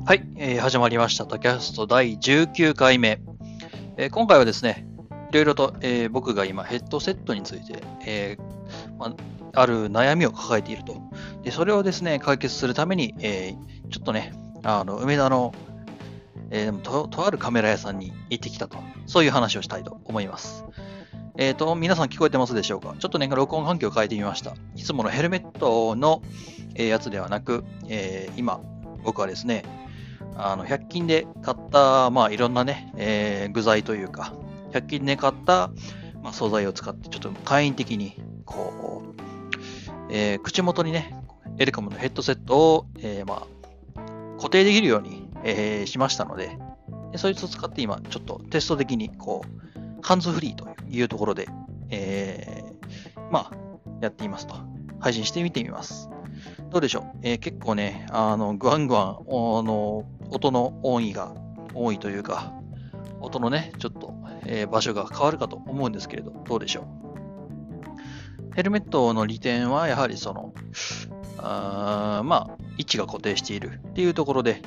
はい、始まりました。タキャスト第19回目。今回はですね、いろいろと、僕が今ヘッドセットについて、ある悩みを抱えていると。で、それをですね、解決するために、ちょっとね、梅田の、とあるカメラ屋さんに行ってきたと。そういう話をしたいと思います。皆さん聞こえてますでしょうか？ちょっとね、録音環境を変えてみました。いつものヘルメットの、やつではなく、今、僕はですね、100均で買った、いろんなね、具材というか、100均で買った、素材を使って、ちょっと簡易的に、口元にね、エレカムのヘッドセットを、固定できるように、しましたので、そいつを使って今、ちょっとテスト的に、ハンズフリーというところで、やっていますと。配信してみてみます。どうでしょう、結構ね、ぐわんぐわん、音の音位が多いというか、音のね、ちょっと、場所が変わるかと思うんですけれど、どうでしょう。ヘルメットの利点は、やはりその、位置が固定しているっていうところで、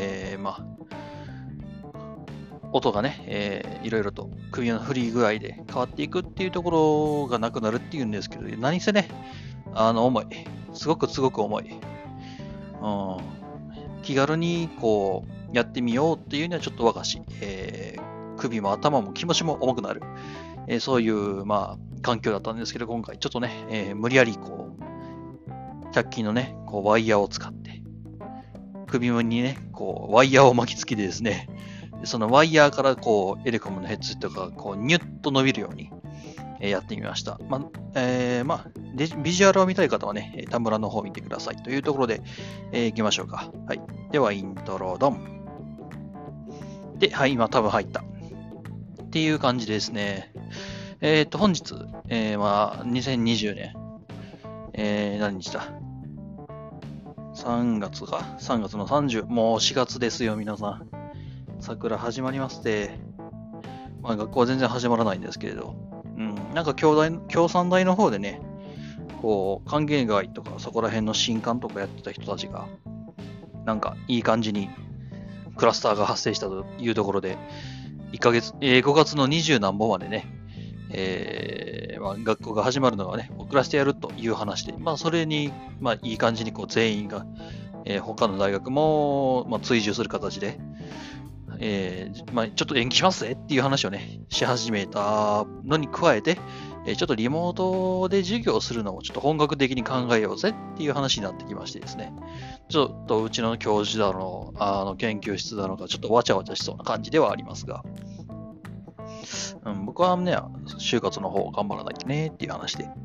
音がね、いろいろと首の振り具合で変わっていくっていうところがなくなるっていうんですけど、何せね、重い。すごく重い。気軽にやってみようっていうにはちょっと若し、首も頭も気持ちも重くなる、そういう、環境だったんですけど、今回ちょっとね、無理やり100均のね、ワイヤーを使って、首にね、ワイヤーを巻きつけてですね、そのワイヤーからエレコムのヘッドセットがニュッと伸びるように、やってみました。ビジュアルを見たい方はね、田村の方を見てくださいというところで、行きましょうか。はい。では、イントロドン。で、はい、今多分入った。っていう感じですね。本日、2020年、何日だ ?3 月か ?3 月の30、もう4月ですよ、皆さん。桜始まりますって。学校は全然始まらないんですけれど。なんか共産大の方でね、歓迎会とかそこら辺の新刊とかやってた人たちが、なんかいい感じにクラスターが発生したというところで、1ヶ月、5月の20何本までね、学校が始まるのがね、遅らせてやるという話で、それに、いい感じに全員が、他の大学も、追従する形で、ちょっと延期しますぜっていう話をね、し始めたのに加えて、ちょっとリモートで授業をするのもちょっと本格的に考えようぜっていう話になってきましてですね、ちょっとうちの教授だの、研究室だのがちょっとわちゃわちゃしそうな感じではありますが、僕はね、就活の方を頑張らないとねっていう話で、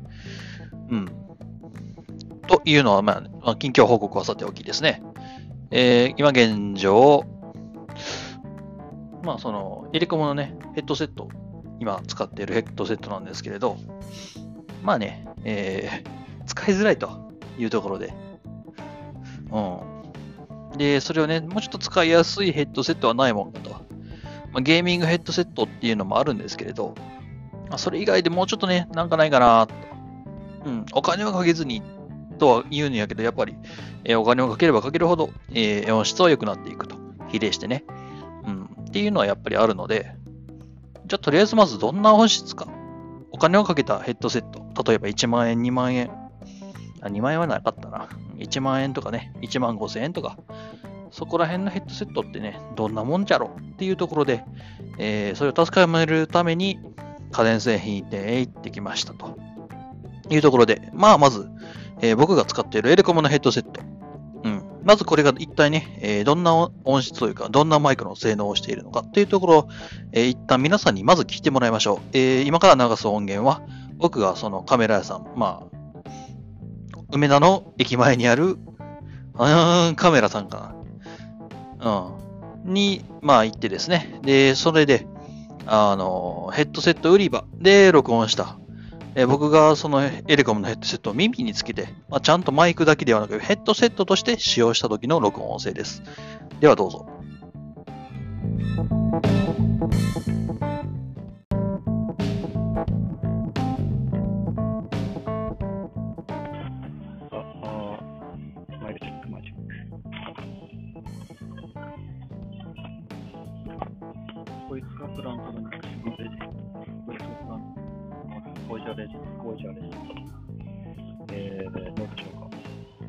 というのは、近況報告はさておきですね。今現状、その、エレコムのね、ヘッドセット、今使っているヘッドセットなんですけれど、使いづらいというところで、で、それをね、もうちょっと使いやすいヘッドセットはないもんだと。ゲーミングヘッドセットっていうのもあるんですけれど、それ以外でもうちょっとね、なんかないかなと。お金はかけずにとは言うんやけど、やっぱり、お金をかければかけるほど、音質は良くなっていくと。比例してね。っていうのはやっぱりあるので、じゃあとりあえずまずどんな音質か。お金をかけたヘッドセット。例えば1万円、2万円。2万円はなかったな。1万円とかね、1万5千円とか。そこら辺のヘッドセットってね、どんなもんじゃろっていうところで、それを確かめるために家電製品店へ行ってきましたというところで、まず、僕が使っているエレコムのヘッドセット。まずこれが一体ね、どんな音質というか、どんなマイクの性能をしているのかっていうところを、一旦皆さんにまず聞いてもらいましょう。今から流す音源は、僕がそのカメラ屋さん、梅田の駅前にある、カメラさんかな。に、行ってですね。で、それで、ヘッドセット売り場で録音した僕がそのエレコムのヘッドセットを耳につけて、ちゃんとマイクだけではなくヘッドセットとして使用した時の録音音声です。ではどうぞ。 マイクチェック、マイクチェック。 こいつがプラントのすぐレジ、こいつがプラントの工場レジ、どうでしょうか。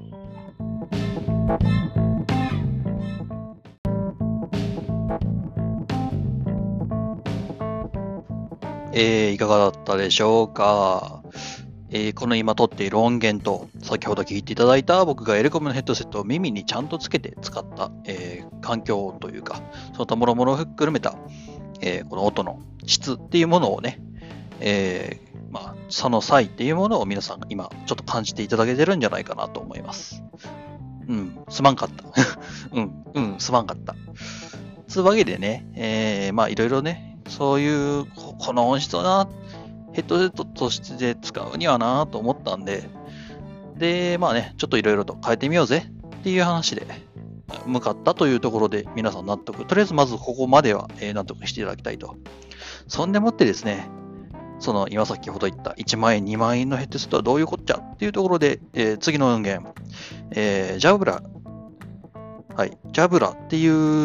いかがだったでしょうか。この今撮っている音源と、先ほど聞いていただいた僕がエレコムのヘッドセットを耳にちゃんとつけて使った、環境音というか、その他もろもろを含めた、この音の質っていうものをね、その際っていうものを皆さん今ちょっと感じていただけてるんじゃないかなと思います。すまんかった。すまんかった。つうわけでね、いろいろね、そういう、この音質をな、ヘッドセットとして使うにはなと思ったんで、ちょっといろいろと変えてみようぜっていう話で向かったというところで皆さん納得。とりあえずまずここまでは納得していただきたいと。そんでもってですね、その今先ほど言った1万円、2万円のヘッドセットはどういうこっちゃっていうところで、次の音源、ジャブラ。はい。ジャブラっていう、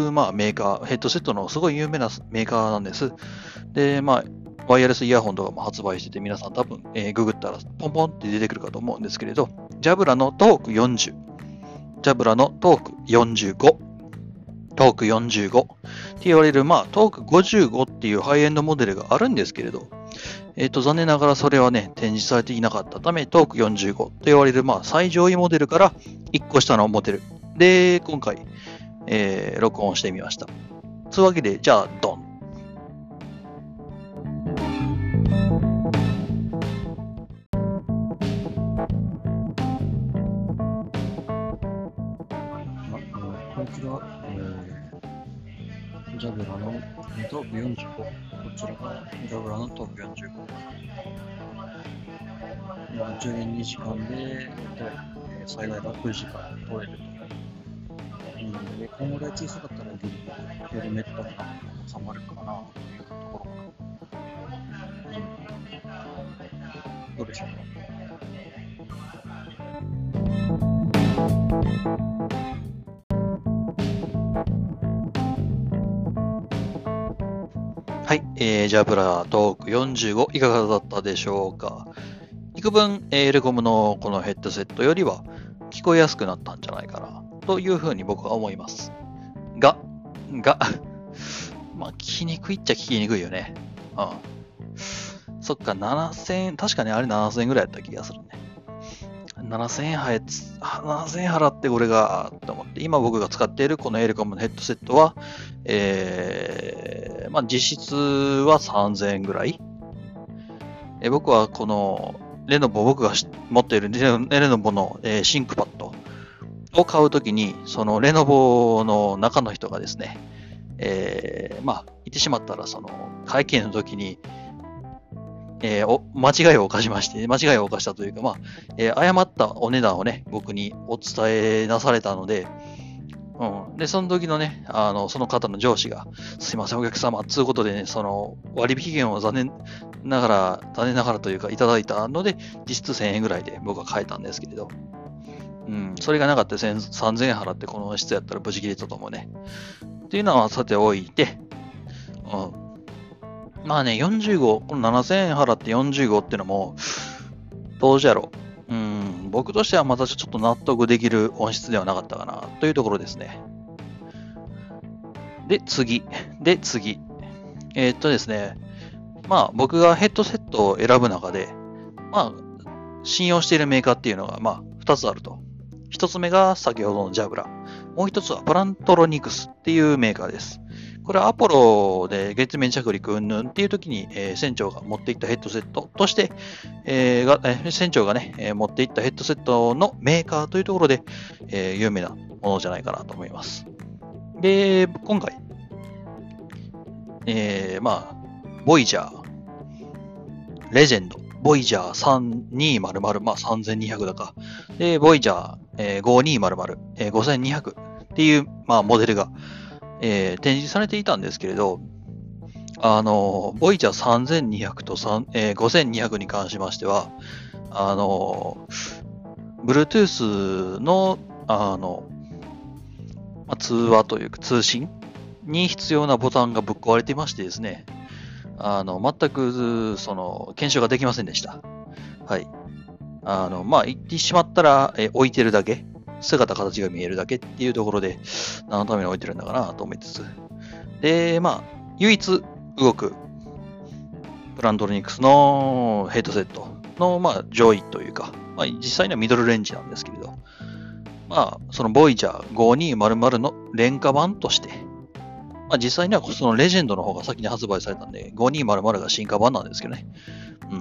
メーカー、ヘッドセットのすごい有名なメーカーなんです。で、ワイヤレスイヤホンとかも発売してて、皆さん多分、ググったらポンポンって出てくるかと思うんですけれど、ジャブラのトーク40、ジャブラのトーク45、トーク45って言われる、トーク55っていうハイエンドモデルがあるんですけれど、残念ながらそれはね、展示されていなかったため、トーク45と言われる、最上位モデルから1個下のモデルで、今回、録音してみました。というわけで、じゃあ、ドン。 こいつが、ジャブラのトーク45。こちらがジャブラのトーク45。12時間で、最大6時間取れると。で、このぐらい小さかったらギリギリヘルメットが収まるかなというところかな。どうでしょうか。 はい、ジャブラトーク45いかがだったでしょうか。幾分、エレコムのこのヘッドセットよりは聞こえやすくなったんじゃないかなというふうに僕は思います。が、聞きにくいっちゃ聞きにくいよね。そっか、7000、確かにあれ7000円ぐらいやった気がするね。7000円払ってこれが、と思って、今僕が使っているこのエレコムのヘッドセットは、実質は3000円ぐらい。僕はこの僕が持っているレノボの、シンクパッドを買うときに、そのレノボの中の人がですね、言ってしまったら、その会計の時に、間違いを犯したというか、誤ったお値段をね、僕にお伝えなされたので、で、その時のね、その方の上司が、すいません、お客様、つうことでね、その割引券を残念ながらというか、いただいたので、実質1000円ぐらいで僕は買えたんですけれど、それがなかったら3000円払ってこの質やったら無事切れたと思うね。っていうのはさておいて、45、この7000円払って45っていうのも、どうじゃろう。僕としてはまたちょっと納得できる音質ではなかったかなというところですね。で、次。ですね。僕がヘッドセットを選ぶ中で、信用しているメーカーっていうのが、2つあると。1つ目が先ほどのジャブラ。もう1つはプラントロニクスっていうメーカーです。これはアポロで月面着陸云々っていう時に、船長が持っていったヘッドセットとして、船長がね、持っていったヘッドセットのメーカーというところで、有名なものじゃないかなと思います。で、今回、ボイジャー、レジェンド、ボイジャー3200、3200だか。で、ボイジャー、5200、5200っていう、モデルが、展示されていたんですけれど、ボイジャー3200と5200に関しましては、Bluetooth の、通話というか通信に必要なボタンがぶっ壊れていましてですね、全く、検証ができませんでした。はい。言ってしまったら、置いてるだけ、姿形が見えるだけっていうところで、何のために置いてるんだかなと思いつつ。で、唯一動く、プラントロニクスのヘッドセットの、上位というか、実際にはミドルレンジなんですけれど、そのボイジャー5200の廉価版として、実際にはそのレジェンドの方が先に発売されたんで、5200が進化版なんですけどね。うん。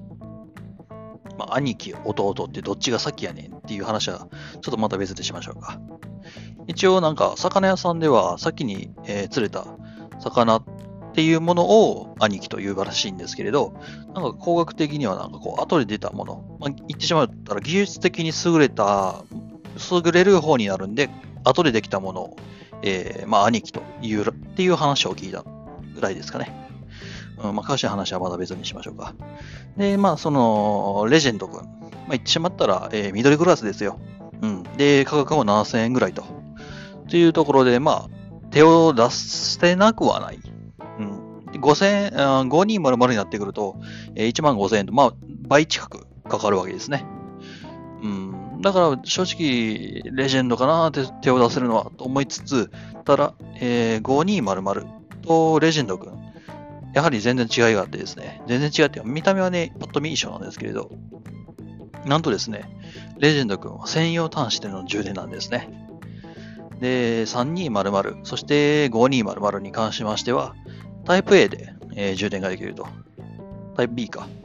兄貴、弟ってどっちが先やねんっていう話は、ちょっとまた別でしましょうか。一応魚屋さんでは先に、釣れた魚っていうものを兄貴というらしいんですけれど、工学的には後で出たもの、言ってしまったら技術的に優れる方になるんで、後でできたものを、兄貴というっていう話を聞いたぐらいですかね。詳しい話はまだ別にしましょうか。で、その、レジェンド君。言ってしまったら、緑グラスですよ。で、価格も7000円ぐらいと。というところで、手を出せなくはない。5000円、5200になってくると、15000円と、倍近くかかるわけですね。だから正直、レジェンドかなって手を出せるのはと思いつつ、ただ、5200とレジェンド君、やはり全然違いがあってですね、全然違って、見た目はね、パッと見一緒なんですけれど、なんとですね、レジェンド君は専用端子での充電なんですね。で、3200、そして5200に関しましては、タイプ A で、充電ができると。タイプ B か。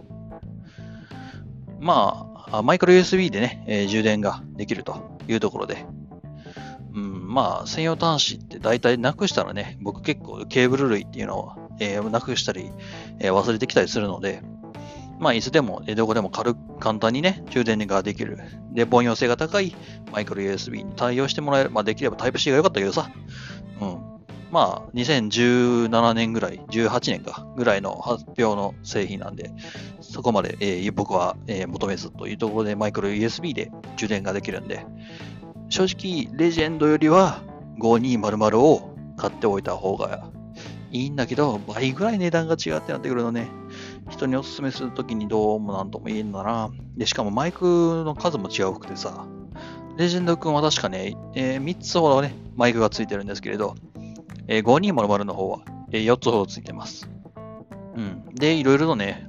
マイクロ USB でね、充電ができるというところで。専用端子って大体なくしたらね、僕結構ケーブル類っていうのを、なくしたり、忘れてきたりするので、いつでも、どこでも簡単にね、充電ができる。で、凡庸性が高いマイクロ USB に対応してもらえる。できればタイプ C が良かったけどさ。2017年ぐらい、18年か、ぐらいの発表の製品なんで、そこまで、僕は、求めずというところでマイクロ USB で充電ができるんで、正直、レジェンドよりは5200を買っておいた方がいいんだけど、倍ぐらい値段が違ってなってくるのね。人にお勧めするときにどうもなんとも言えんだな。で、しかもマイクの数も違うくてさ、レジェンド君は確かね、3つほどね、マイクがついてるんですけれど、5200の方は、4つほどついてます。で、いろいろとね、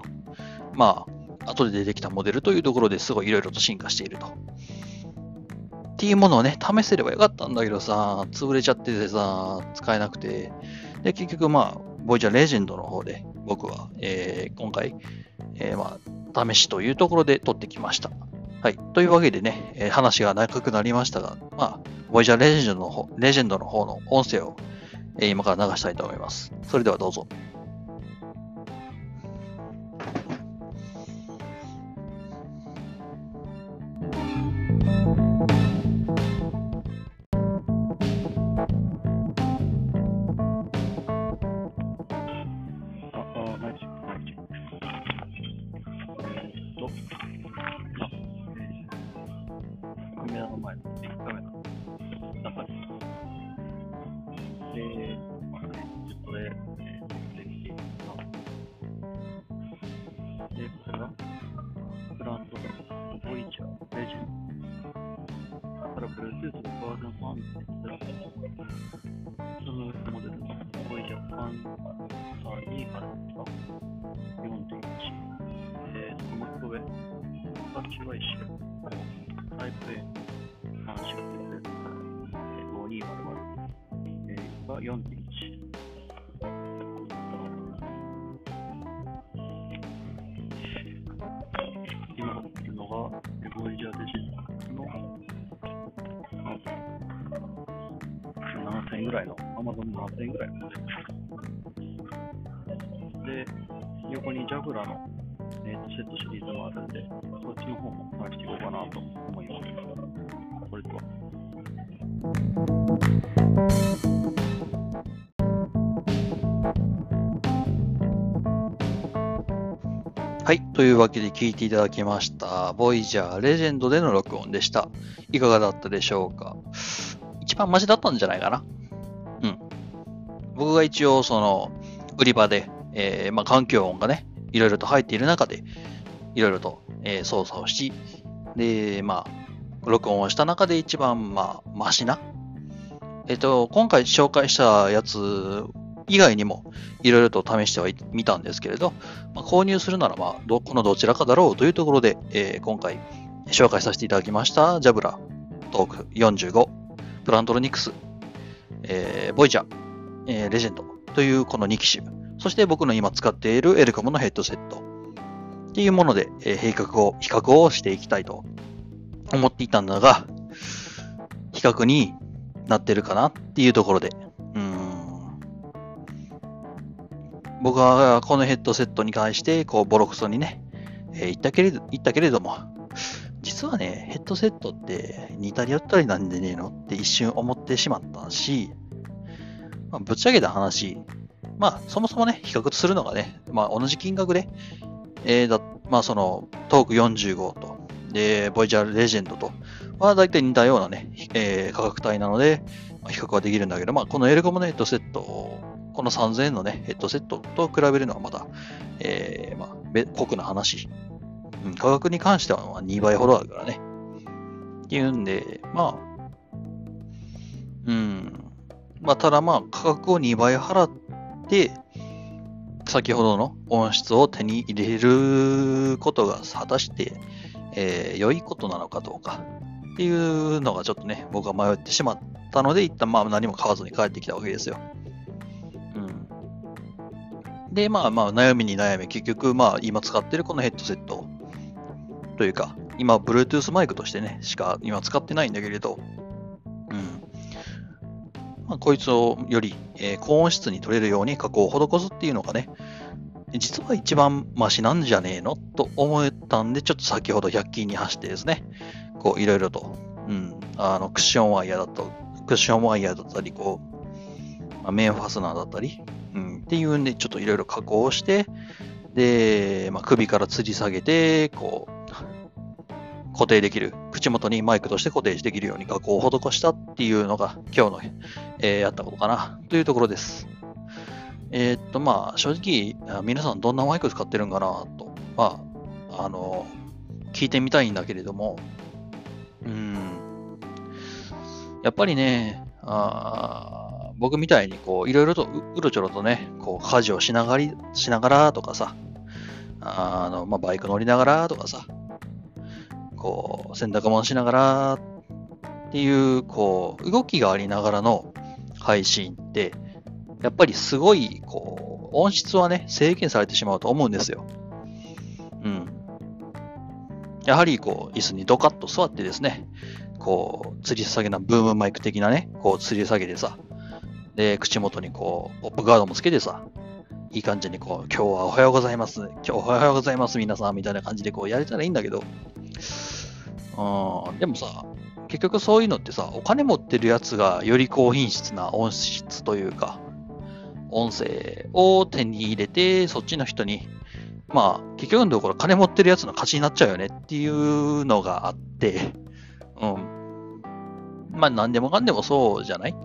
後で出てきたモデルというところですごいいろいろと進化していると。っていうものをね、試せればよかったんだけどさ、潰れちゃっててさ、使えなくて。で、結局ボイジャーレジェンドの方で僕は、今回、試しというところで撮ってきました。はい。というわけでね、話が長くなりましたが、ボイジャーレジェンドの方の音声を、今から流したいと思います。それではどうぞ。カメラの前のビッグカメラの中に、で、ずっとで、できているのが、で、これが、ブランドのボイジャーレジェンド。だから、Bluetooth のバージョン1って言ったら、そのモデルのボイジャー2からですか 4.1。その上、タッチは一緒。タイプ A の話が出てる5200が 4.1。今持っているのがボイジャーレジェンドの7000円ぐらいの Amazon の7000円ぐらいのモデルで、横にジャグラのセットシリーズもあるんで、そっちの方も試していこうかなと思います。それでは。はい。というわけで聞いていただきました。ボイジャーレジェンドでの録音でした。いかがだったでしょうか。一番マシだったんじゃないかな。 僕が一応その売り場で、環境音がね、いろいろと入っている中で、いろいろと、操作をし、で、録音をした中で一番、マシな。今回紹介したやつ以外にも、いろいろと試してはみたんですけれど、購入するなら、このどちらかだろうというところで、今回紹介させていただきました、ジャブラトーク45、プラントロニクス、ボイジャー、レジェンドというこの2機種、そして僕の今使っているエルコムのヘッドセットっていうもので、比較をしていきたいと思っていたんだが、比較になってるかなっていうところで、僕はこのヘッドセットに関して、ボロクソにね、言ったけれども、実はね、ヘッドセットって似たり寄ったりなんでねえのって一瞬思ってしまったし、ぶっちゃけた話、そもそもね、比較するのがね、同じ金額で、そのトーク45と、で、ボイジャーレジェンドと、だいたい似たようなね、価格帯なので、比較はできるんだけど、このエルコムのヘッドセット、この3000円のね、ヘッドセットと比べるのはまだ、酷な話。価格に関しては2倍ほどあるからね。っていうんで、ただ価格を2倍払って、先ほどの音質を手に入れることが果たして、良いことなのかどうかっていうのがちょっとね、僕は迷ってしまったので、一旦何も買わずに帰ってきたわけですよ。で、悩みに悩み、結局、今使ってるこのヘッドセットというか、今、Bluetooth マイクとしてね、しか今使ってないんだけれど、こいつをより、高音質に取れるように加工を施すっていうのがね、実は一番マシなんじゃねえのと思ったんで、ちょっと先ほど100均に走ってですね、いろいろと、クッションワイヤーだったり、メンファスナーだったり、っていうんで、ちょっといろいろ加工をして、で、首から吊り下げて、固定できる、口元にマイクとして固定できるように加工を施したっていうのが今日の、やったことかなというところです。正直、皆さんどんなマイク使ってるんかなと、聞いてみたいんだけれども、やっぱりね、僕みたいにいろいろとうろちょろとね、家事をしながらとかさ、バイク乗りながらとかさ、洗濯物しながらっていう、動きがありながらの配信って、やっぱりすごい、音質はね、制限されてしまうと思うんですよ。やはり、椅子にドカッと座ってですね、吊り下げな、ブームマイク的なね、吊り下げてさ、で、口元にポップガードもつけてさ、いい感じに今日はおはようございます、皆さん、みたいな感じでやれたらいいんだけど、でもさ、結局そういうのってさ、お金持ってるやつがより高品質な音質というか、音声を手に入れて、そっちの人に、結局のところ金持ってるやつの勝ちになっちゃうよねっていうのがあって、何でもかんでもそうじゃない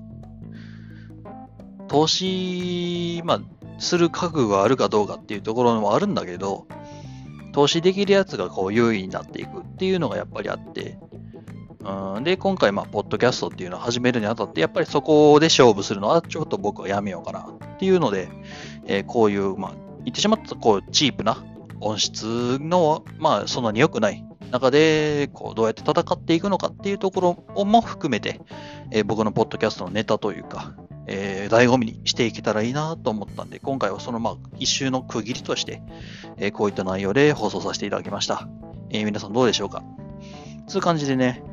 投資、する覚悟があるかどうかっていうところもあるんだけど、投資できるやつが優位になっていくっていうのがやっぱりあって、で、今回、ポッドキャストっていうのを始めるにあたって、やっぱりそこで勝負するのはちょっと僕はやめようかなっていうので、こういう、言ってしまったチープな音質の、そんなに良くない中で、どうやって戦っていくのかっていうところも含めて、僕のポッドキャストのネタというか、醍醐味にしていけたらいいなと思ったんで、今回はその一周の区切りとして、こういった内容で放送させていただきました。皆さんどうでしょうか？そういう感じでね、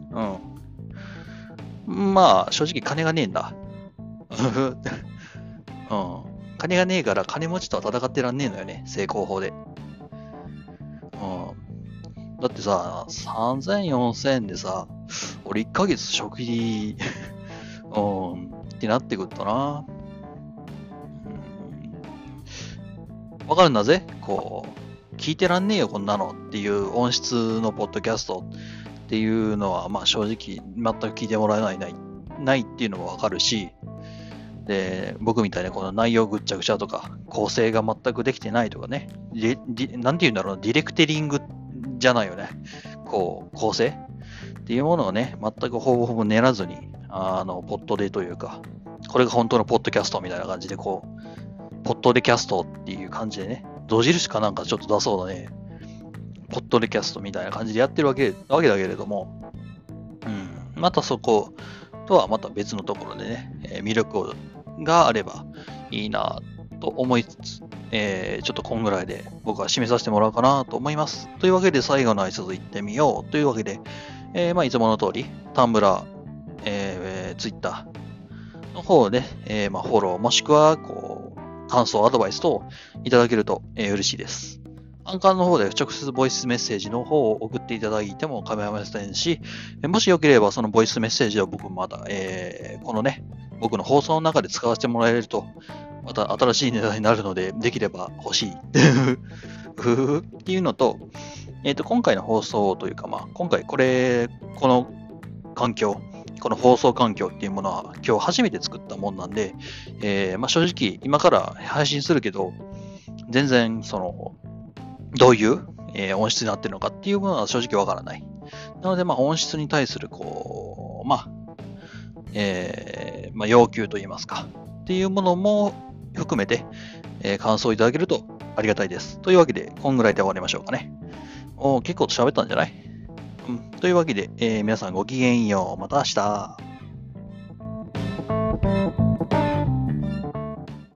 正直金がねえんだ。金がねえから金持ちとは戦ってらんねえのよね、成功法で。だってさ、3000、4000円でさ、俺1ヶ月食費、ってなってくるとな。わかるんだぜ。聞いてらんねえよ、こんなのっていう音質のポッドキャストっていうのは、正直全く聞いてもらえないっていうのもわかるし、 で、僕みたいなこの内容ぐっちゃぐちゃとか、構成が全くできてないとかね、なんて言うんだろう、ディレクテリングじゃないよね。こう、構成っていうものをね、全くほぼほぼ練らずに、ポッドでというか、これが本当のポッドキャストみたいな感じで、こう、ポッドでキャストっていう感じでね、同印かなんかちょっと出そうだね、ポッドでキャストみたいな感じでやってるわけだけれども、またそことはまた別のところでね、魅力があればいいなと思いつつ、ちょっとこんぐらいで僕は締めさせてもらおうかなと思います。というわけで最後の挨拶いってみようというわけで、いつもの通り、タンブラー、ツイッターの方で、フォローもしくはこう感想、アドバイス等いただけると、嬉しいです。アンカーの方で直接ボイスメッセージの方を送っていただいても構いませんし、もしよければそのボイスメッセージを僕まだ、このね、僕の放送の中で使わせてもらえると、また新しいネタになるので、できれば欲しい。っていうのと、今回の放送というか、今回この環境、この放送環境っていうものは今日初めて作ったもんなんで、正直今から配信するけど、全然どういう、音質になってるのかっていうものは正直わからない。なので、音質に対する、要求といいますか、っていうものも含めて、感想いただけるとありがたいです。というわけで、こんぐらいで終わりましょうかね。結構喋ったんじゃない？というわけで、皆さんごきげんよう。また明日。